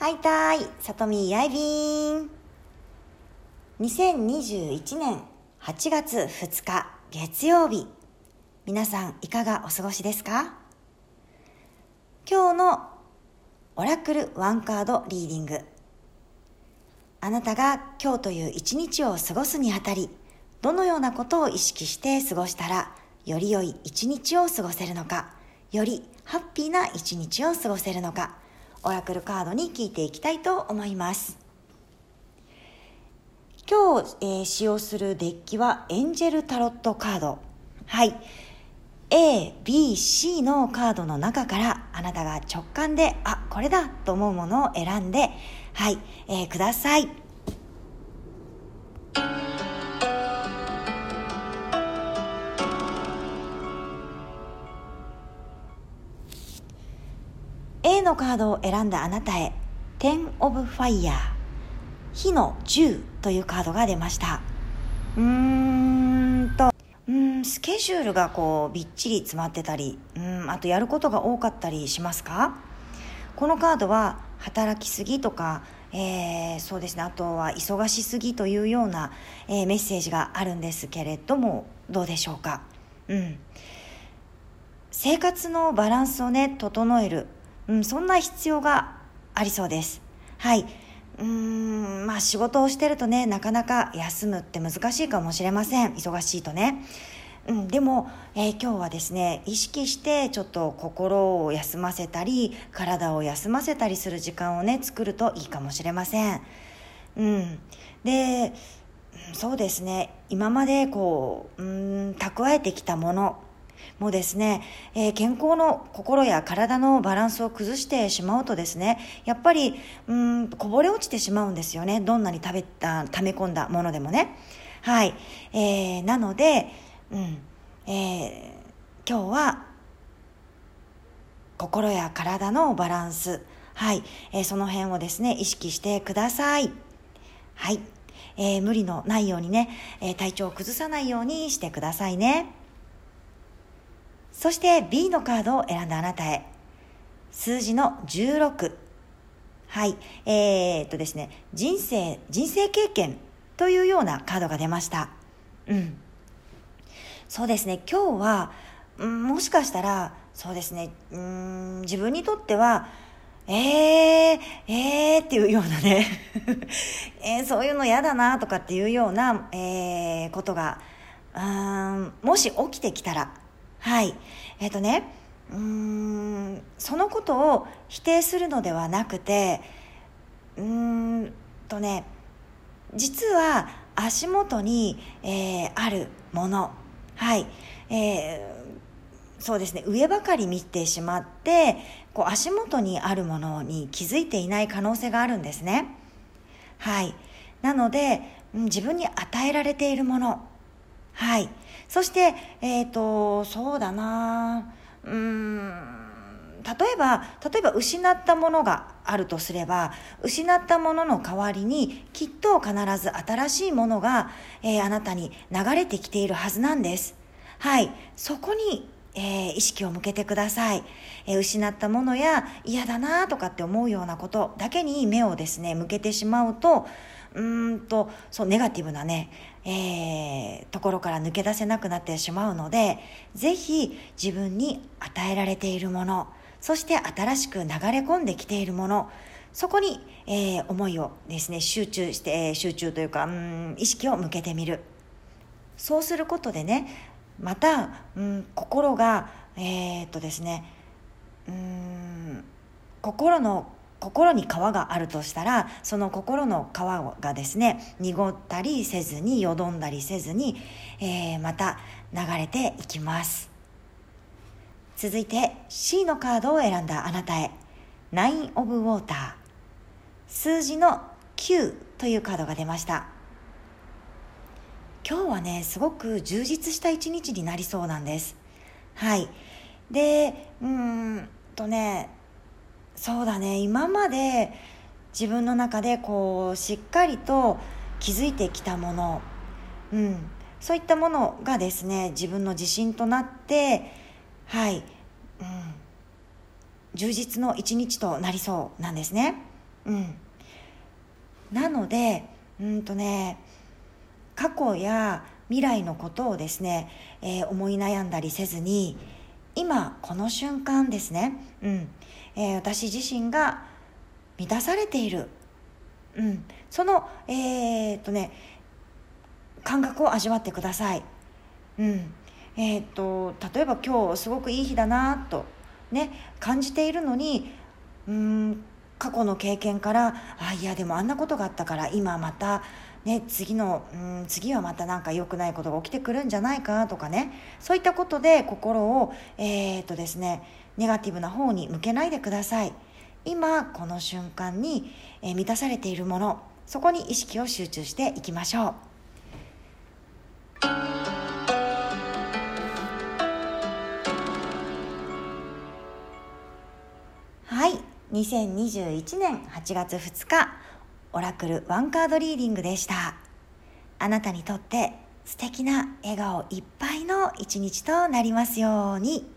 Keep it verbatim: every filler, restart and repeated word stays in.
はいたーい、さとみやいびーん。にせんにじゅういちねんはちがつふつか月曜日。皆さんいかがお過ごしですか？今日のオラクルワンカードリーディング。あなたが今日という一日を過ごすにあたり、どのようなことを意識して過ごしたら、より良い一日を過ごせるのか、よりハッピーな一日を過ごせるのか、オラクルカードに聞いていきたいと思います。今日、えー、使用するデッキはエンジェルタロットカード。はい。A、B、C のカードの中からあなたが直感で、あ、これだと思うものを選んで、はい、えー、ください。A のカードを選んだあなたへ、テン・オブ・ファイヤー、火のじゅうというカードが出ました。うーんと、うーんスケジュールがこうびっちり詰まってたり、うーんあとやることが多かったりしますか？このカードは働きすぎとか、えー、そうですね、あとは忙しすぎというような、えー、メッセージがあるんですけれども、どうでしょうか？うん生活のバランスをね整える、うん、そんな必要がありそうです。はい。うーんまあ仕事をしてるとね、なかなか休むって難しいかもしれません。忙しいとね。うん、でも、えー今日はですね、意識してちょっと心を休ませたり、体を休ませたりする時間をね、作るといいかもしれません。うん。で、うんそうですね、今までこう、うーん、蓄えてきたもの、もうですね、えー健康の心や体のバランスを崩してしまうとですね、やっぱりうーんこぼれ落ちてしまうんですよね。どんなに食べた溜め込んだものでもね。はい、えー、なので、うんえー今日は心や体のバランス、はい、えーその辺をですね意識してください。はい、えー無理のないようにね、えー体調を崩さないようにしてくださいね。そして B のカードを選んだあなたへ、数字のじゅうろく。はい、えー、っとですね、人生、人生経験というようなカードが出ました。うん。そうですね、今日は、うん、もしかしたら、そうですね、うん、自分にとっては、えー、えーっていうようなね、えー、そういうの嫌だなとかっていうような、えー、ことが、うーん、もし起きてきたら、はい。えっ、とね、うーん、そのことを否定するのではなくて、うーんとね、実は足元に、えーあるもの、はい、えーそうですね、上ばかり見てしまって、こう足元にあるものに気づいていない可能性があるんですね。はい。なので、うん自分に与えられているもの、はい。そして、えっと、そうだなうーん、例えば、例えば失ったものがあるとすれば、失ったものの代わりに、きっと必ず新しいものが、えーあなたに流れてきているはずなんです。はい。そこに、えー意識を向けてください。えー失ったものや嫌だなとかって思うようなことだけに目をですね、向けてしまうと、うーんと、そう、ネガティブなね、えーところから抜け出せなくなってしまうので、ぜひ自分に与えられているもの、そして新しく流れ込んできているもの、そこに、えー思いをですね、集中して、えー集中というか、うーん、意識を向けてみる。そうすることでね、また、うん、心が、えーっとですね、うーん心の心に皮があるとしたら、その心の皮がですね、濁ったりせずに、よどんだりせずに、えーまた流れていきます。続いて C のカードを選んだあなたへ、ナインオブウォーター、数字のきゅうというカードが出ました。今日はね、すごく充実した一日になりそうなんです。はい。で、うーんとね、そうだね、今まで自分の中でこうしっかりと築いてきたもの、うん、そういったものがですね、自分の自信となって、はい、うん、充実の一日となりそうなんですね。 うん、なのでうんとね過去や未来のことをですね、えー、思い悩んだりせずに、今この瞬間ですね、うんえー、私自身が満たされている、うん、その、えーっとね、感覚を味わってください。うんえーっと例えば今日すごくいい日だなと、ね、感じているのに、うーん過去の経験からあいやでもあんなことがあったから今また、ね、次のうん次はまたなんか良くないことが起きてくるんじゃないかとかね、そういったことで心を、えーっとですね、ネガティブな方に向けないでください。今この瞬間に、えー満たされているもの、そこに意識を集中していきましょう。はい、にせんにじゅういちねんはちがつふつか、オラクルワンカードリーディングでした。あなたにとって素敵な笑顔いっぱいの一日となりますように。